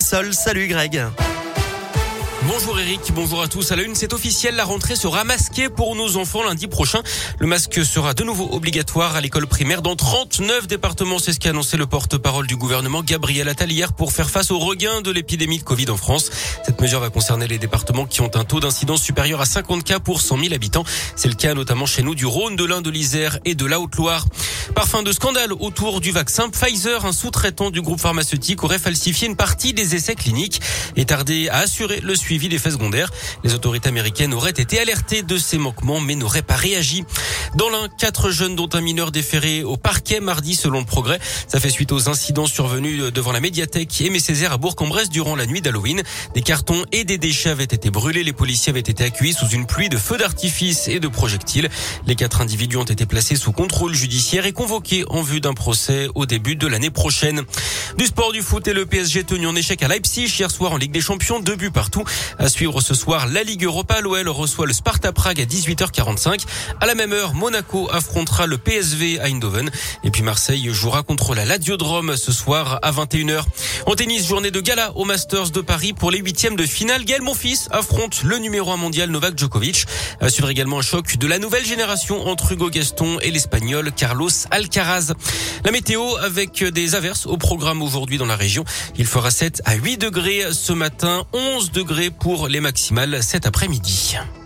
Sol. Salut Greg. Bonjour Eric, bonjour à tous. À la une, c'est officiel, la rentrée sera masquée pour nos enfants lundi prochain. Le masque sera de nouveau obligatoire à l'école primaire dans 39 départements. C'est ce qu'a annoncé le porte-parole du gouvernement, Gabriel Attal, hier pour faire face au regain de l'épidémie de Covid en France. Cette mesure va concerner les départements qui ont un taux d'incidence supérieur à 50 cas pour 100 000 habitants. C'est le cas notamment chez nous du Rhône, de l'Ain, de l'Isère et de la Haute-Loire. Parfum de scandale autour du vaccin. Pfizer, un sous-traitant du groupe pharmaceutique, aurait falsifié une partie des essais cliniques et tardé à assurer le suivi des faits secondaires. Les autorités américaines auraient été alertées de ces manquements mais n'auraient pas réagi. Dans l'Ain, 4 jeunes dont un mineur déféré au parquet mardi selon le Progrès. Ça fait suite aux incidents survenus devant la médiathèque Aimé Césaire à Bourg-en-Bresse durant la nuit d'Halloween. Des cartons et des déchets avaient été brûlés. Les policiers avaient été accueillis sous une pluie de feux d'artifice et de projectiles. Les 4 individus ont été placés sous contrôle judiciaire et convoqués en vue d'un procès au début de l'année prochaine. Du sport, du foot et le PSG tenu en échec à Leipzig hier soir en Ligue des Champions. 2 buts partout. À suivre ce soir la Ligue Europa. L'OL reçoit le Sparta Prague à 18h45. À la même heure, Monaco affrontera le PSV à Eindhoven. Et puis Marseille jouera contre la Lazio de Rome ce soir à 21h. En tennis, journée de gala au Masters de Paris pour les 8e de finale. Gaël Monfils affronte le numéro 1 mondial Novak Djokovic. À suivre également un choc de la nouvelle génération entre Hugo Gaston et l'Espagnol Carlos Alcaraz. La météo avec des averses au programme aujourd'hui dans la région. Il fera 7 à 8 degrés ce matin, 11 degrés pour les maximales cet après-midi.